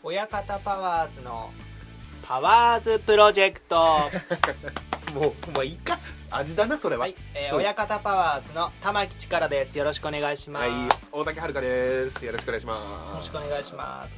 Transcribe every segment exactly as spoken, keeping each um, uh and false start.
親方パワーズのパワーズプロジェクトもうもういいか、味だなそれは。 はい、えーうん、 親方パワーズの玉木力です。よろしくお願いします。 はい、大竹遥です。よろしくお願いします。 よろしくお願いします。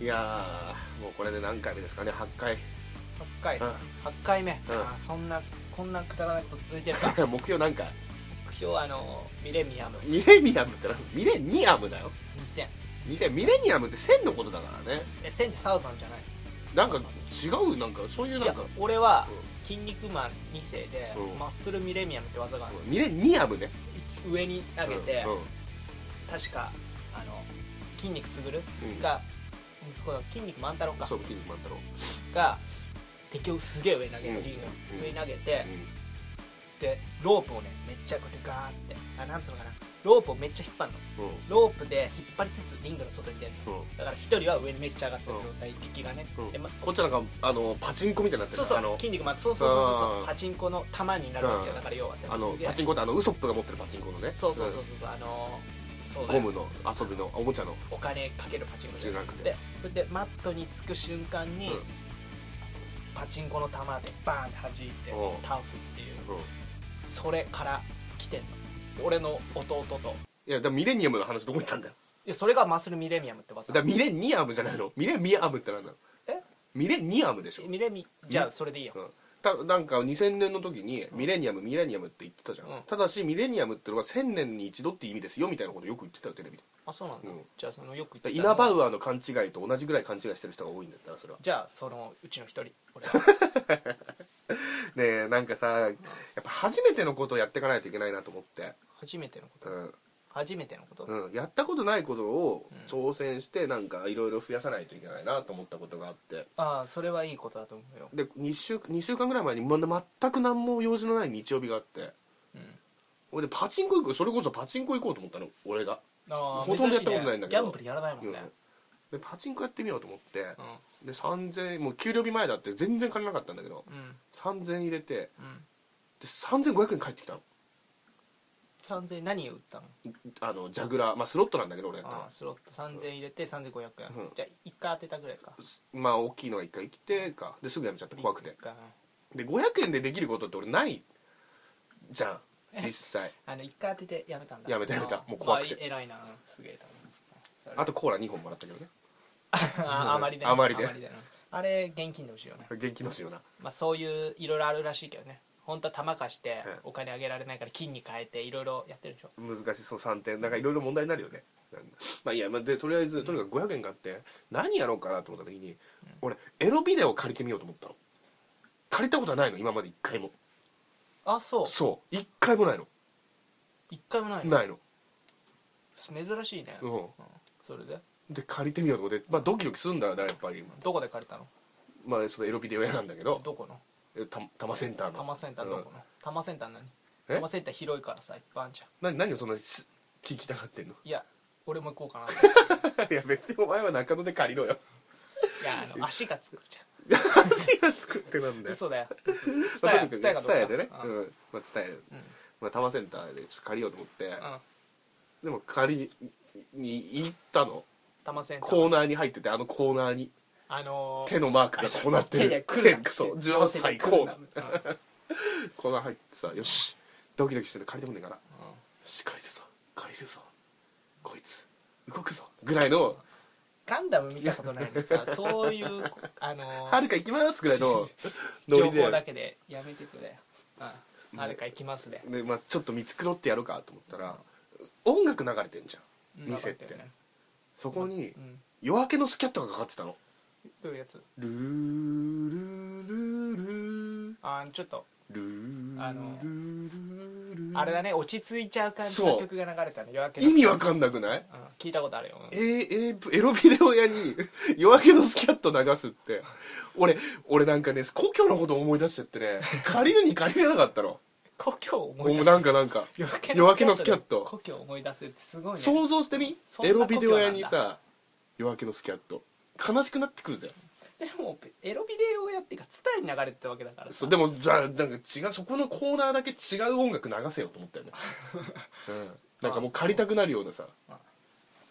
いやー、もうこれで何回目ですかね。はちかい。 はちかい、うん、はちかいめ、うん、あそんなこんなくだらないこと続いてるか目標何回？ 目標はあのミレミアムミレミアムってな、ミレニアムだよ。 にせんにせんミレニアムってせんのことだからね。 えせんってサウザンじゃない？ なんか違う、なんかそういうなんか。いや俺は、うん、筋肉マンに世で、うん、マッスルミレミアムって技がある、 うん、ミレニアムね。 上に投げて、うんうん、確かあの筋肉すぐるが、うん、息子の筋肉万太郎か、 そう筋肉万太郎が敵をすげえ上に投げる、うん、リングの上に投げて、うん、でロープをねめっちゃこうやってガーってあなんつうのかな、ロープをめっちゃ引っ張るの、うん、ロープで引っ張りつつリングの外に出るの、うん、だから一人は上にめっちゃ上がってる状態、うん、敵がね、うんでま、こっちはなんかあのパチンコみたいになってる。 そうそう、 あの筋肉まそうそうそうそうパチンコの玉になるわけだから、要はあのパチンコってあのウソップが持ってるパチンコのね、 そうそうそうそう、あのそうゴムの遊びのおもちゃのお金かけるパチンコじゃなくて、それでマットにつく瞬間に、うん、パチンコの玉でバーンって弾いて倒すっていう、うん、それから来てんの俺の弟と。 いやだからミレニアムの話どこ行ったんだよ。 いやそれがマッスルミレミアムって技だからミレニアムじゃないの。ミレミアムって何なの？ えミレニアムでしょ。 ミレミじゃあそれでいいよ、うん、 たなんかにせんねんの時にミレニアム、うん、ミレニアムって言ってたじゃん、うん、ただしミレニアムってのがせんねんに一度って意味ですよみたいなことよく言ってたよテレビで。 あそうなんだ、うん、じゃあそのよく言ってたイナバウアーの勘違いと同じぐらい勘違いしてる人が多いんだったらそれは。 じゃあそのうちの一人俺ねえなんかさ、やっぱ初めてのことをやっていかないといけないなと思って。 初めてのこと、 うん初めてのこと、 うん、やったことないことを挑戦してなんかいろいろ増やさないといけないなと思ったことがあって、 ああそれはいいことだと思うよ。 で 2, 週にしゅうかんぐらい前に全く何も用事のない日曜日があって、うん、俺でパチンコ行く、それこそパチンコ行こうと思ったの俺が。 あほとんどやったことないんだけど、 ギャンブルやらないもんね、 うん、でパチンコやってみようと思って、うん、でさんぜんえんもう給料日前だって全然金なかったんだけど、うん、さんぜんえん入れて、うん、でさんぜんごひゃくえん返ってきたの。 さんぜんえん何を売ったの？ あのジャグラー、まあスロットなんだけど俺やったら。 ああスロットさんぜんえん入れてさんぜんごひゃくえん、うん、じゃあいっかい当てたぐらいか。 まあ大きいのがいっかい来てかですぐやめちゃって怖くて。でごひゃくえんでできることって俺ないじゃん実際。 あのいっかい当ててやめたんだ。 やめたやめた、もう怖くて、 まあ、偉いなすげえあとコーラにほんもらったけどねあ, あまりで、ね、 あまりであれ現金で欲しいよね。 現金欲しいよな。 まあそういういろいろあるらしいけどね。本当は玉貸してお金あげられないから金に変えていろいろやってるでしょ。 難しい。そうさんてんだからいろいろ問題になるよね。まあいいや、まあ、でとりあえずとにかくごひゃくえん買って何やろうかなと思った時に、うん、俺エロビデオを借りてみようと思ったの。借りたことはないの今までいっかいも。 あそうそういっかいもないの。 いっかいもないの。 ないの。 珍しいね。うん、うん、それでで借りてみようと思って、まあドキドキするんだよやっぱり。 どこで借りたの？ まあそのエロビデオ屋なんだけど。 どこの？ た多摩センターの。 多摩センターどこの？多摩センター何？多摩センター広いからさいっぱいあんじゃん。 何何をそんな聞きたがってんの？ いや俺も行こうかな。 いや別にお前は中野で借りろよ。 いやあの足がつくじゃん。足がつくってなんだよ。 嘘だよ。 ツタヤツタヤでね。うん。まあツタヤ。まあ多摩センターでちょっと借りようと思って。でも借りに行ったの。多摩センター。コーナーに入っててあのコーナーに。あのー、手のマークがこうなってる。手そうじゅうはっさいコーナー。コーナー入ってさよしドキドキしてて借りてもんねえから、うん、よし借りるぞ借りるぞこいつ動くぞぐらいの。 ガンダム見たことないんでさそういうあのー、 はるか行きますぐらいの情報だけでやめてくれ。うん、はるか行きますで、 で、まあ、ちょっと見繕ってやろうかと思ったら、うん、音楽流れてんじゃん店って、ね、そこに、うん、夜明けのスキャットがかかってたの。 どういうやつ？ ルールルルルあちょっとルーあのあれだね落ち着いちゃう感じの曲が流れたね。夜明けの意味わかんなくない？うん、 聞いたことあるよ。 えー、えー、エロビデオ屋に夜明けのスキャット流すって俺俺なんかね故郷のことを思い出しちゃってね借りるに借りれなかったの。 故郷を思い出すなんかなんか夜明けのスキャット故郷を思い出すってすごいね。 想像してみエロビデオ屋にさ夜明けのスキャット悲しくなってくるぜ。 でもエロビデオやっていうかツタヤに流れてたわけだからさ。 そうでもじゃあなんか違うそこのコーナーだけ違う音楽流せよと思ったよね。うん、なんかもう借りたくなるようなさ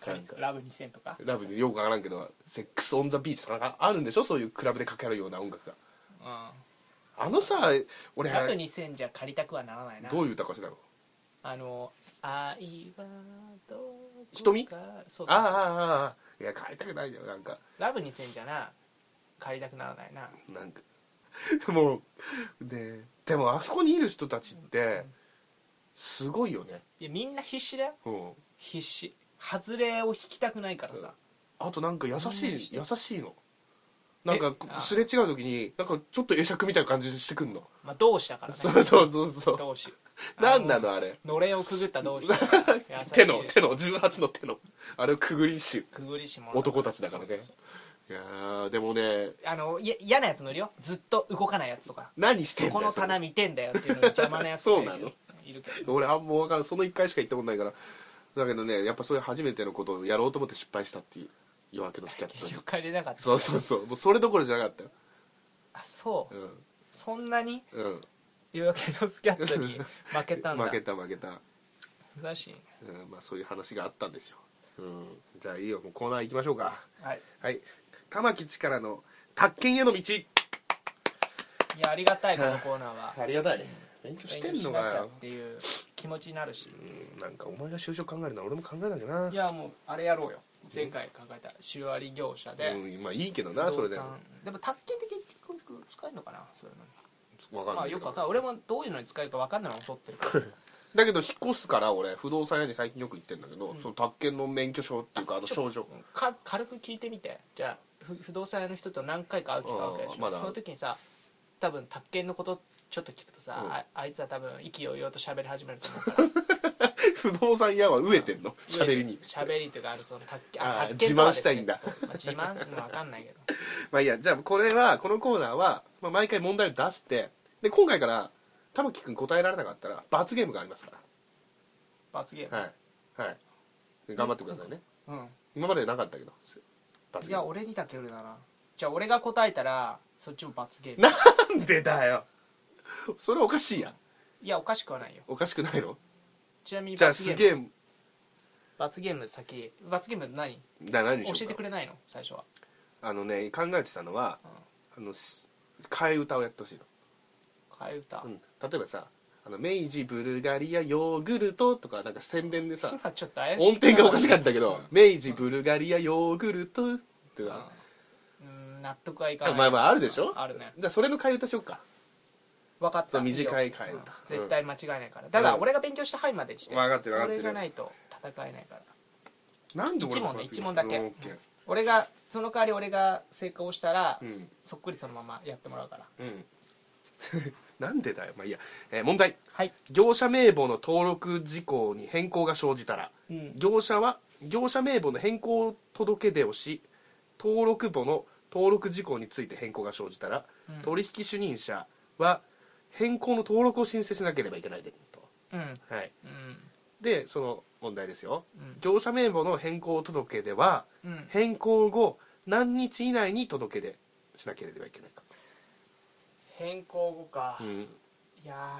なんかラブにせんとかラブによくわからんけどセックスオンザビーチとかなんかあるんでしょ、そういうクラブでかかるような音楽が。 うんあのさ俺ラブにせんじゃ借りたくはならないな。 どういう歌かしらのあの愛はどこか瞳そうそうそうああああいや借りたくないよなんかラブにせんじゃな借りたくならないな。 なんかもうででもあそこにいる人たちってすごいよね。 いやみんな必死だよ、 うん、 必死。外れを引きたくないからさ、 あとなんか優しい優しいのなんえかあすれ違う時になんかちょっと会釈みたいな感じしてくんの。 まあ同志だからね。 そうそうそうそう同志なんなのあれのれんをくぐった同士だから優しい手の手のじゅうはちの手のあれをくぐりしくぐりしも男たちだからね。 そうそうそういやーでもねあのい嫌なやつもいるよ。ずっと動かないやつとか何してんだよそこの棚見てんだよっていうのに邪魔なやつそうなのいるけど俺あんま分からんそのいっかいしか行ったことないから。だけどねやっぱそういう初めてのことをやろうと思って失敗したっていう夜明けのスキャットに結局帰れなかった。 そうそうそうもうそれどころじゃなかったよ。 あそう、 うんそんなにうん夜明けのスキャットに負けたんだ。 負けた負けた、 難しいね。 うん、まあそういう話があったんですよ、うん、じゃあいいよもうコーナー行きましょうか。 はいはい玉木力の宅建への道。 いやありがたいこのコーナーはありがたい勉強してんのか勉強しなきゃよっていう気持ちになるし、 うんなんかお前が就職考えるのは俺も考えなきゃないやもうあれやろうよ。前回考えたシロアリ業者で、 うん、まあいいけどなそれで不動産でも宅建的に使えるのかなそういうのに。 分かんないけど、 まあよくわかんない。俺もどういうのに使えるか分かんないのを取ってるからだけど引っ越すから俺不動産屋に最近よく行ってんだけど、 うんその宅建の免許証っていうかあの症状か軽く聞いてみて。じゃあふ不動産屋の人と何回か会う機会あるわけでしょ、 まだその時にさ多分宅建のことちょっと聞くとさ、 うんあ, あいつは多分意気揚々と喋り始めると思うから不動産屋は飢えてんの喋りに喋りというかあるその宅建あー宅建とはですね自慢したいんだそうまあ、自慢分かんないけどまあいいやじゃあこれはこのコーナーは、まあ、毎回問題を出してで今回から玉木くん答えられなかったら罰ゲームがありますか罰ゲーム、 らはいはい頑張ってくださいね、 うん今までなかったけど罰いゲームや俺にだけ俺だな。じゃあ俺が答えたらそっちも罰ゲーム。 なんでだよそれおかしいやんいやおかしくはないよ。 おかしくないのちなみにじゃあ罰ゲームすげえ罰ゲーム先罰ゲーム何だ何にしようか教えてくれないの最初は。 あのね考えてたのは、あのし替え歌をやってほしいの、 替え歌、 うん、例えばさあの明治ブルガリアヨーグルトとかなんか宣伝でさ今ちょっと怪しい音程がおかしかったけど、明治ブルガリアヨーグルトってうんな、 うん納得はいかない。 まあまああるでしょ。 あるね。 じゃあそれの替え歌しようか。 分かった。 そう短いよ替え歌うん絶対間違いないから。ただうん俺が勉強した範囲までにして。 分かってる分かってるそれじゃないと戦えないから。 なんで俺一問ね一問だけうんオッケー俺がその代わり俺が成功したら、 うんそっくりそのままやってもらうから。 うんなんでだよまあいいや、えー問題。 はい。 業者名簿の登録事項に変更が生じたら、 うん業者は業者名簿の変更届出をし登録簿の登録事項について変更が生じたら、 うん取引主任者は変更の登録を申請しなければいけないでと、 うんはい、 うんでその問題ですよ。 うん業者名簿の変更届出はうん変更後何日以内に届け出しなければいけないか。 変更後か、 うんいや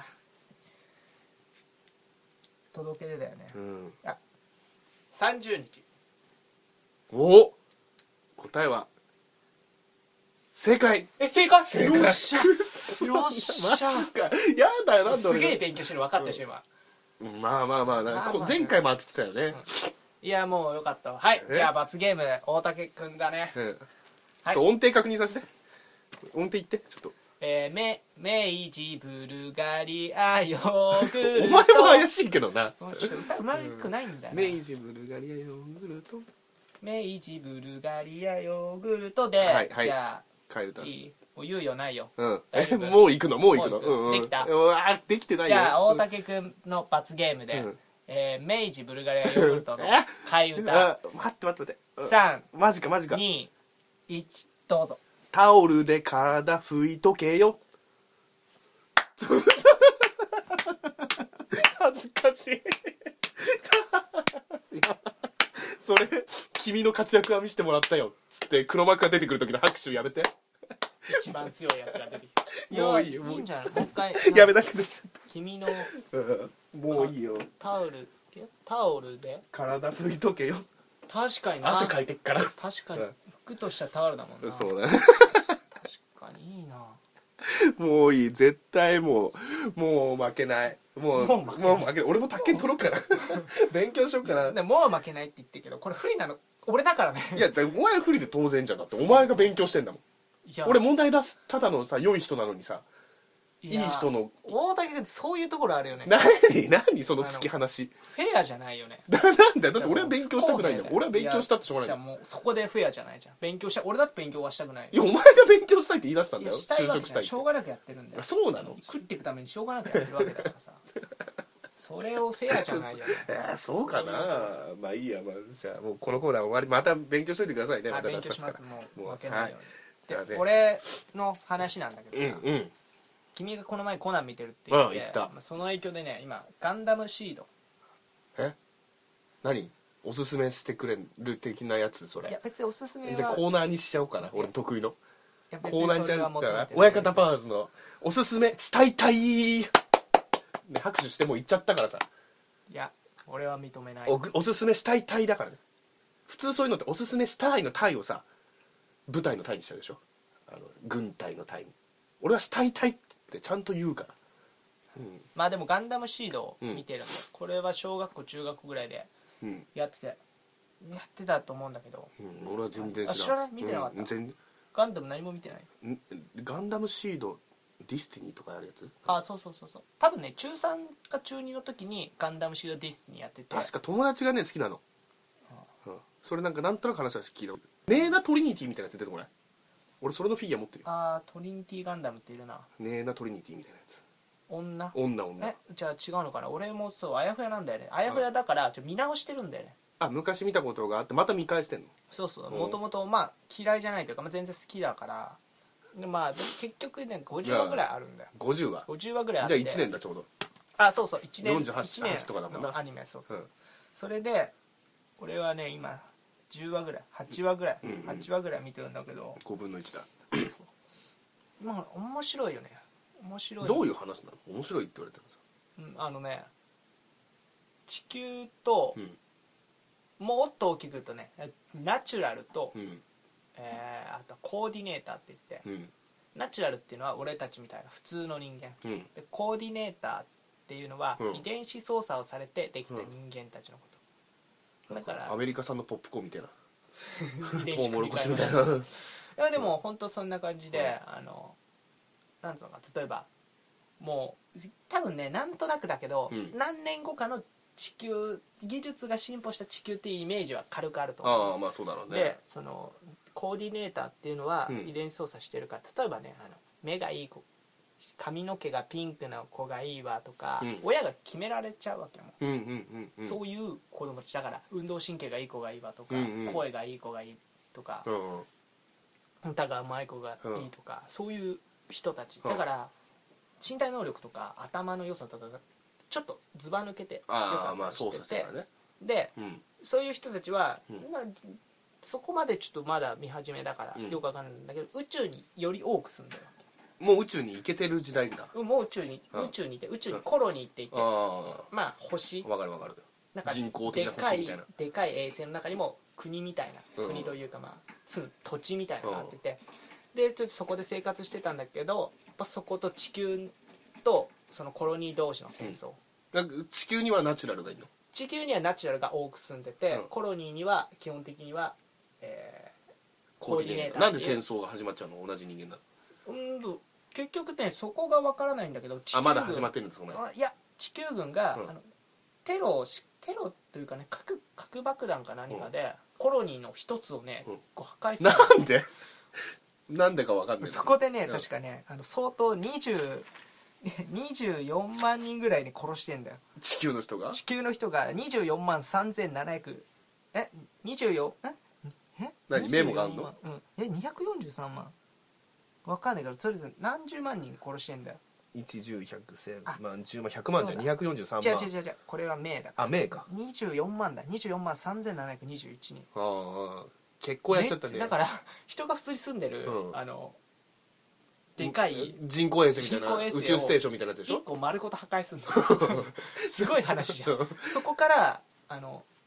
ー届け出だよね、 うん、 さんじゅうにち。 お答えは正解。 え正解正解よっしゃくっそよっしゃマジかやだよなんです俺がげえ勉強してるの分かったでしょ今。 うんまあまあまあな、 まあまあこ前回も当ててたよね、 いやもうよかったわ。はいえじゃあ罰ゲーム大竹くんだね。 うん、ちょっと音程確認させて、音程言ってちょっとえー、め明治ブルガリアヨーグルト。 お前も怪しいけどな。 ちょっと歌うまくないんだよな、 明治ブルガリアヨーグルト明治ブルガリアヨーグルトで、 はいはいじゃ変えるとあいいもう猶予ないよ。 うんえ大丈夫もう行くのもう行くのもう行くうんうんできたうわできてないよじゃあ大竹くんの罰ゲームで、 うんえー明治ブルガリアヨーグルトの替えうん歌あ待って待って待ってうんさんマジかマジかにいちどうぞ。 タオルで体拭いとけよ恥ずかしいそれ君の活躍は見せてもらったよつって黒幕が出てくる時の拍手やめて一番強いやつが出てきた。 もういいよやいいんじゃないもう一回やめなくなっちゃっ君のた、うんもういいよタオルタオルで体拭いとけよ確かにな。 汗かいてっから。 確かに服としたタオルだもんな。 そうだね。 確かにいいな。 もういい、絶対もうもう負けない。もうもう負けない。もう負けない。俺も宅建取ろうかな。勉強しようかな。 でもう負けないって言ってるけど、これ不利なの俺だからね。 いや、お前不利で当然じゃん。だってお前が勉強してんだもん。俺問題出すただのさ良い人なのにさ、いい人の大竹君そういうところあるよね。 何何その突き放し。 フェアじゃないよね。 なんだよ。だって俺は勉強したくないんだもん。俺は勉強したってしょうがないんだもん。 もうそこでフェアじゃないじゃん。勉強した俺だって勉強はしたくない。 いやお前が勉強したいって言い出したんだよ。就職したいって。 しょうがなくやってるんだよ。 そうなの。 食っていくためにしょうがなくやってるわけだからさ。それをフェアじゃないよね。 えー、そうかな。まあいいや、まあ、じゃあもうこのコーナー終わり。また勉強しといてくださいね。また勉強します。もう負けないように。 はい、 で俺の話なんだけどさ、 うんうん、 君がこの前コナン見てるって言って、 うん、言った。 その影響でね今ガンダムシード。 え何おすすめしてくれる的なやつそれ。 いや別におすすめはじゃあコーナーにしちゃおうかな。俺得意のコーナーにしちゃうから親親方パワーズのおすすめしたいたい、ね、拍手してもう言っちゃったからさ。 いや俺は認めない。 お, おすすめしたいたいだからね。普通そういうのっておすすめしたいのたいをさ部隊の隊にしちゃうでしょ。あの軍隊の隊に。俺はしたいたいってちゃんと言うから、うん、 まあでもガンダムシードを見てるんで、うん、これは小学校中学校ぐらいでやってて、うん、やってたと思うんだけど、 うん、俺は全然知らない。 知らない見てなかった、うん、全ガンダム何も見てない。 ガンダムシードディスティニーとかやるやつ。 あ、そうそうそうそう。多分ね中さんか中にの時にガンダムシードディスティニーやってて、 確か友達がね好きなの、うんうん、それなんかなんとなく話は聞いた。ネーナトリニティみたいなやつ出てこない？俺それのフィギュア持ってるよ。 あートリニティガンダムっているな。 ネーナトリニティみたいなやつ。 女女女。 えじゃあ違うのかな。俺もそうあやふやなんだよね。あやふやだからちょっと見直してるんだよね。 あ、昔見たことがあってまた見返してんの。 そうそう。もともとまあ嫌いじゃないというか、まあ、全然好きだから。でまあ結局ねごじゅうわぐらいあるんだよ。 ごじゅうわごじゅうわぐらいあって、 じゃあいちねんだちょうど。 あ、そうそういちねんよんじゅうはちとかだもんなアニメ。そうそう、 うん、それで俺はね今じゅうわぐらいはちわぐらい、うんうん、はちわぐらい見てるんだけどごぶんのいちだ。 まあ面白いよね。面白い。 どういう話なの？面白いって言われてるんですか、うん、あのね地球と、うん、もっと大きく言うとねナチュラルと、うん、えー、あとコーディネーターって言って、うん、ナチュラルっていうのは俺たちみたいな普通の人間、うん、でコーディネーターっていうのは、うん、遺伝子操作をされてできた人間たちのこと、うん、だからアメリカ産のポップコーンみたいなトウモロコシみたいないやでも本当そんな感じで、うん、あのなんつうのか例えばもう多分ねなんとなくだけど、うん、何年後かの地球技術が進歩した地球っていうイメージは軽くあると思う。 ああまあそうだろうね。 でそのコーディネーターっていうのは遺伝子操作してるから、うん、例えばねあの目がいい子髪の毛がピンクな子がいいわとか、うん、親が決められちゃうわけも、うんうんうんうん、そういう子供たちだから運動神経がいい子がいいわとか、うんうん、声がいい子がいいとか、うんうん、歌がうまい子がいいとか、うん、そういう人たちだから、身体能力とか頭の良さとかがちょっとずば抜けてよかったりしてて、ね、で、うん、そういう人たちは、うんまあ、そこまでちょっとまだ見始めだからよくわかんないんだけど、うん、宇宙により多く住んでる。 もう宇宙に行けてる時代だ。 もう宇宙に、うん、宇宙にいて宇宙にコロニーっていて、うん、まあ星わかるわかるなんか人工的な星みたいなでかい衛星の中にも国みたいな、うん、国というかまあ住む土地みたいなのがあってて、うん、でちょっとそこで生活してたんだけどやっぱそこと地球とそのコロニー同士の戦争、 うん、地球にはナチュラルがいいの？ 地球にはナチュラルが多く住んでて、うん、コロニーには基本的には、えー、コーディネーター。 なんで戦争が始まっちゃうの？同じ人間だ。 うん結局ねそこが分からないんだけど地球軍あまだ始まってるんですかね。 いや地球軍が、うん、あのテロをテロというかね核核爆弾か何かで、うん、コロニーの一つをね、うん、こう破壊する。 なんでなんでか分かんない。 そこでね、うん、確かねあの相当にじゅうにじゅうよんまんにんぐらいに殺してんだよ。 地球の人が地球の人がにじゅうよんまんさんぜんななひゃくえにじゅうよんええ何メモがあんの？ うん、えにひゃくよんじゅうさんまんわかんないからとりあえず何十万人殺してんだよ。 いち、じゅう、ひゃく、せんまん、じゅうまん、ひゃくまんじゃにひゃくよんじゅうさんまん。 違う違う違う違うこれは名だ。 あ名か。 にじゅうよんまんだ。にじゅうよんまんさんぜんななひゃくにじゅういちにん。 ああ結構やっちゃったね。 だから人が普通に住んでる、うん、あのでかい人工衛星みたいな宇宙ステーションみたいなやつでしょ。 いっこ丸ごと破壊するのすごい話じゃんそこからあの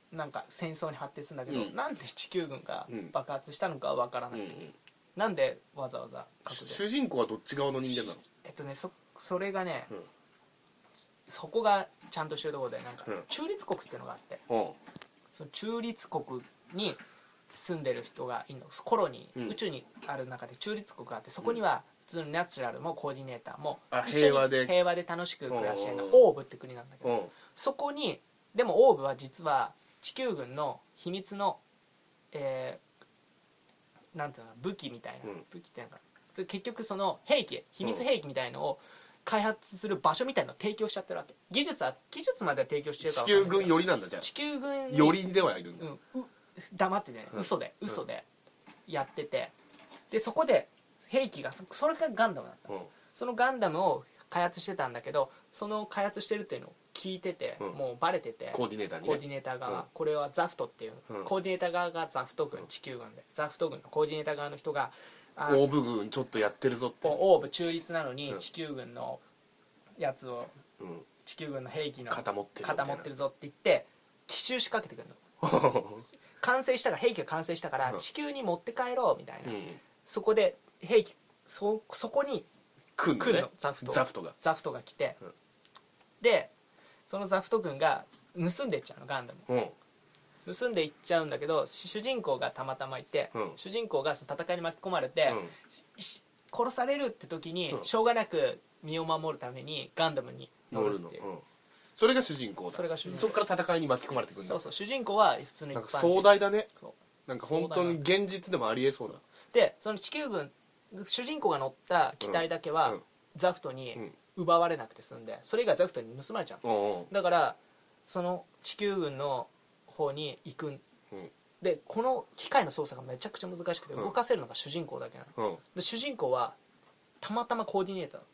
なんか戦争に発展するんだけど、 うんなんで地球軍が爆発したのかは分からなくて、 うんうん、 なんでわざわざ核で主人公はどっち側の人間なの？ えっとねそそれがね、 うん、 そこがちゃんとしてるところでなんかうん中立国っていうのがあって、 うん、 その中立国に住んでる人がいるの。コロニー、 うん、 宇宙にある中で中立国があって、そこには普通のナチュラルもコーディネーターも一緒に平和で平和で楽しく暮らしてるの。 うんオーブって国なんだけど、 うん、 そこにでもオーブは実は地球軍の秘密の、えー、なんていうの武器みたいな、 うん、 武器ってなんか結局その兵器秘密兵器みたいのを開発する場所みたいなのを提供しちゃってるわけ。技術は技術までは提供してるか地球軍寄りなんだ。じゃあ地球軍寄りではいるんだ、 うん、う黙っててね、 うん、 嘘で嘘でやってて、でそこで兵器がそれがガンダムだった、うん、そのガンダムを開発してたんだけど、その開発してるっていうのを聞いてて、うん、もうバレてて、 コーディネーターに、 ね、コーディネーター側、うん、これはザフトっていう、 うん、 コーディネーター側がザフト軍、地球軍でザフト軍のコーディネーター側の人がオーブ軍ちょっとやってるぞって、 オーブ中立なのに地球軍のやつを、うん、地球軍の兵器の肩持ってる肩持ってるぞって言って奇襲仕掛けてくるの完成したから兵器が完成したから地球に持って帰ろうみたいな、うん、そこで兵器 そ, そこに来るの、ね、来るのザフトザフトがザフトが来て、うん、でそのザフト軍が盗んでっちゃうのガンダム、うん、盗んでいっちゃうんだけど主人公がたまたまいて、うん、主人公がその戦いに巻き込まれて、うん、殺されるって時に、うん、しょうがなく身を守るためにガンダムに乗るっていう、うん、 それが主人公だ。 それが主人公。 そこから戦いに巻き込まれてくるんだ。 そうそう、主人公は普通の一般人。 なんか壮大だね。なんか本当に現実でもありえそうだ。 でその地球軍主人公が乗った機体だけは、うん、ザフトに奪われなくて済んで、それ以外ザフトに盗まれちゃう、うんうん、だからその地球軍の方に行く、うん、でこの機械の操作がめちゃくちゃ難しくて動かせるのが主人公だけなの、うん、で主人公はたまたまコーディネーターだった、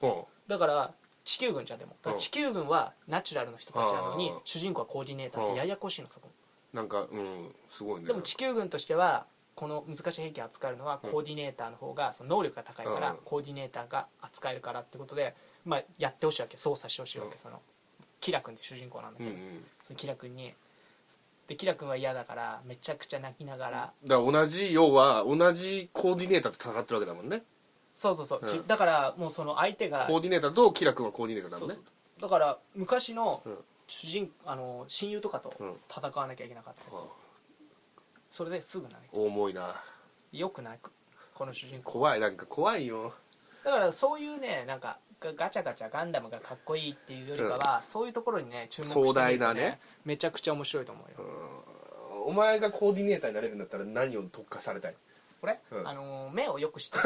うん、だから地球軍じゃでも地球軍はナチュラルの人たちなのに、うん、主人公はコーディネーターってややこしいのそこなんかうんすごいね。 でも地球軍としてはこの難しい兵器を扱えるのはコーディネーターの方がその能力が高いから、うん、コーディネーターが扱えるからってことで、まあ、やってほしいわけ、操作してほしいわけ、うん、そのキラ君って主人公なんだけど、うんうん、そのキラ君にでキラ君は嫌だからめちゃくちゃ泣きながら、 だから同じ要は同じコーディネーターと戦ってるわけだもんね。 そうそうそう、うん、だからもうその相手がコーディネーターとキラ君はコーディネーターだもんね。そうそうだから昔の主人あの親友とかと戦わなきゃいけなかった、うん、それですぐな重いな。 よくないこの主人公怖い、なんか怖いよ。 だからそういうねなんかガチャガチャガンダムがかっこいいっていうよりかは、うん、そういうところにね注目してみると、ね、壮大なねめちゃくちゃ面白いと思うよ。 うん、お前がコーディネーターになれるんだったら何を特化されたい？ これ、うん、あのー、目をよくして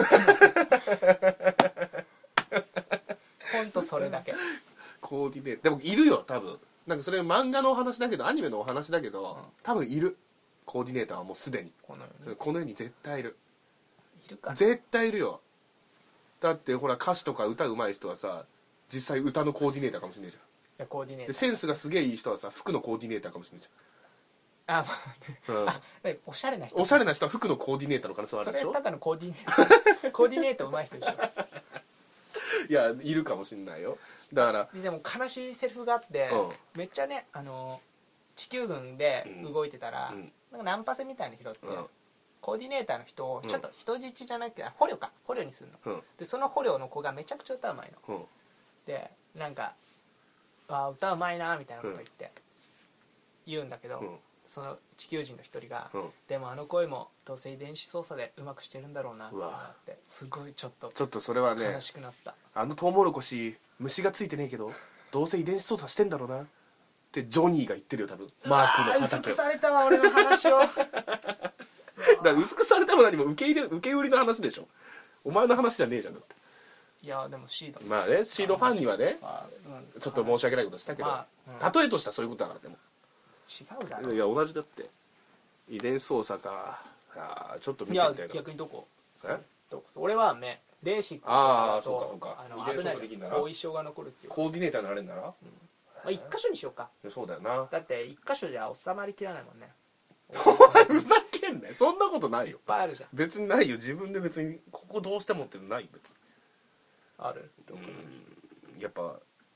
ほんとそれだけ。 コーディネーターでもいるよ多分。なんかそれ漫画のお話だけどアニメのお話だけど、うん、多分いるコーディネーターはもうすでにこの世にこの世に絶対いる。 いるかな。 絶対いるよ。だってほら歌詞とか歌うまい人はさ実際歌のコーディネーターかもしれないじゃん。いやコーディネーターでセンスがすげえいい人はさ服のコーディネーターかもしれないじゃん。 あ、まあね、うん、あおしゃれな人おしゃれな人は服のコーディネーターの可能性はあるでしょ。 それただのコーディネーターコーディネーターうまい人でしょ。 いやいるかもしれないよ。だからでも悲しいセリフがあって、うん、めっちゃねあの地球軍で動いてたら、うん、なんかナンパセみたいに拾って、うん、コーディネーターの人をちょっと人質じゃなくて捕虜か捕虜にするの、うん、でその捕虜の子がめちゃくちゃ歌うまいの、うん、でなんかあ歌うまいなみたいなこと言って、言うんだけど、うん、その地球人の一人が、うん、でもあの声もどうせ遺伝子操作でうまくしてるんだろうなって思ってすごいちょっとちょっとそれはね悲しくなった。 あのトウモロコシ虫がついてねえけどどうせ遺伝子操作してんだろうなってジョニーが言ってるよ多分。マークの畑を薄くされたわ俺の話をだから薄くされたも何も受け入れ受け売りの話でしょ。お前の話じゃねえじゃんだって。 いやでもシードまあねシードファンにはね、うん、ちょっと申し訳ないことしたけど、まあうん、例えとしたらそういうことだから。でも違うだろ。 いや同じだって遺伝子操作か。あちょっと見てみたいな。 いや逆にどこえどこ俺は目レーシックとかだとそうかそうか遺伝子操作できるなら後遺症が残るっていうコーディネーターになれるんだな、うんまあ、一箇所にしようか。 そうだよな。 だって一箇所じゃ収まりきらないもんね。 お前ふざけんなよ。そんなことないよ。いっぱいあるじゃん。 別にないよ。自分で別にここどうしてもっていうのないよ別に。 ある。 うんやっぱ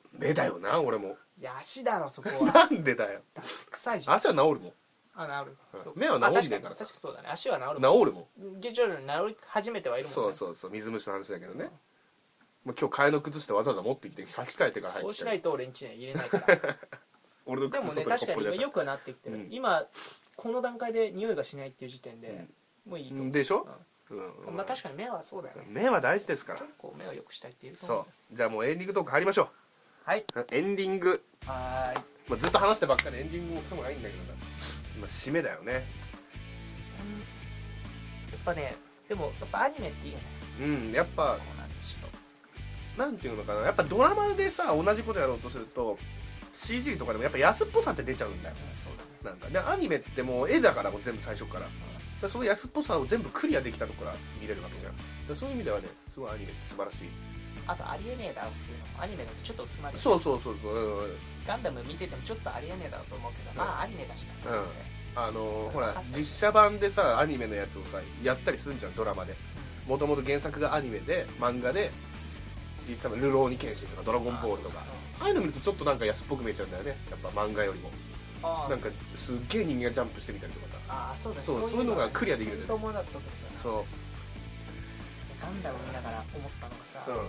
目だよな俺も。 いや足だろそこは。 なんでだよ。 だって臭いじゃん。 足は治るもん。 あ治る、 うん、目は治んねえからさ。 確かにそうだね、足は治るもん。治るもん。徐々に治り始めてはいるもんね。 そうそうそう、水虫の話だけどね、まあ、今日替えの靴下わざわざ持ってきて書き換えてから入ってきた。 そうしないと俺んちには入れないから俺の靴外にでもね確かに良くはなってきてる、 うん、 今この段階で匂いがしないっていう時点で、うん、もういいと思うでしょ、うんうん、 まあ確かに目はそうだよね。 目は大事ですから。 結構目を良くしたいっていうと思う。 そうじゃあもうエンディングトーク入りましょう。 はい、 エンディング。 はい、 まあ、ずっと話してばっかりエンディングもクソもないんだけどな。まあ締めだよね、うん、やっぱね。でもやっぱアニメっていいよね。 うんやっぱなんていうのかな、やっぱドラマでさ同じことやろうとすると シージー とかでもやっぱ安っぽさって出ちゃうんだよ、うん、そうだね。なんかでアニメってもう絵だからもう全部最初から、うん、だその安っぽさを全部クリアできたところから見れるわけじゃん。だそういう意味ではねすごいアニメって素晴らしい。あとありえねえだろっていうのもアニメだとちょっと薄まる。そうそうそうそう、うん、ガンダム見ててもちょっとありえねえだろうと思うけど、うん、まあアニメだしな、うん、あのー、ほら実写版でさアニメのやつをさやったりするんじゃんドラマで。もともと原作がアニメで漫画で実際のルローニケンシンとかドラゴンボールとか あ, ああいうの見るとちょっとなんか安っぽく見えちゃうんだよねやっぱ漫画よりも。なんかすっげえ人間がジャンプしてみたりとかさ。ああそうだ、そうそういうのがクリアできるんだよね。そうガンダム見ながら思ったのがさ、うん、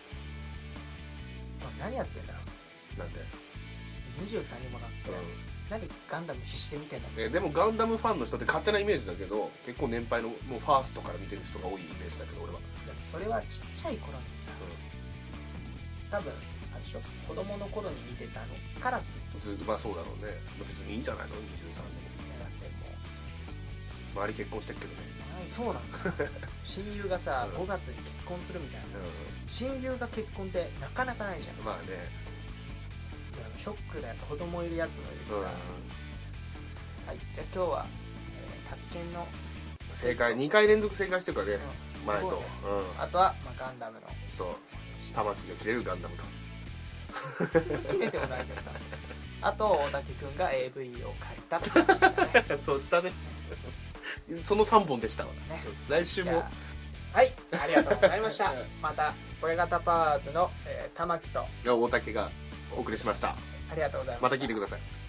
何やってんだろう。なんでにじゅうさんにもなって、うん、何ガンダム必死で見てんだろう。えでもガンダムファンの人って勝手なイメージだけど結構年配のもうファーストから見てる人が多いイメージだけど俺は。でもそれはちっちゃい頃にさ、うん、多分あれでしょ子供の頃に見てたのからずっとずっとまあそうだろうね。別にいいんじゃないのにじゅうさんでも。いやだってもう周り結婚してるけどね。そうなんだ親友がさ、うん、ごがつに結婚するみたいな、うん、親友が結婚ってなかなかないじゃん。まあねショックだよ子供いるやつもいるから、うん、はいじゃあ今日は、えー、宅建の正解にかい連続正解してるからね、うん、前と、ねうん、あとは、まあ、ガンダムのそう玉木が切れるガンダムと切れてもないけどなあと大竹くんが エーブイ を借りたって感じだねそうしたねそのさんぼんでしたわ、ね、来週もはいありがとうございましたまた声型パワーズの、えー、玉木と大竹がお送りしました。ありがとうございました。また聞いてください。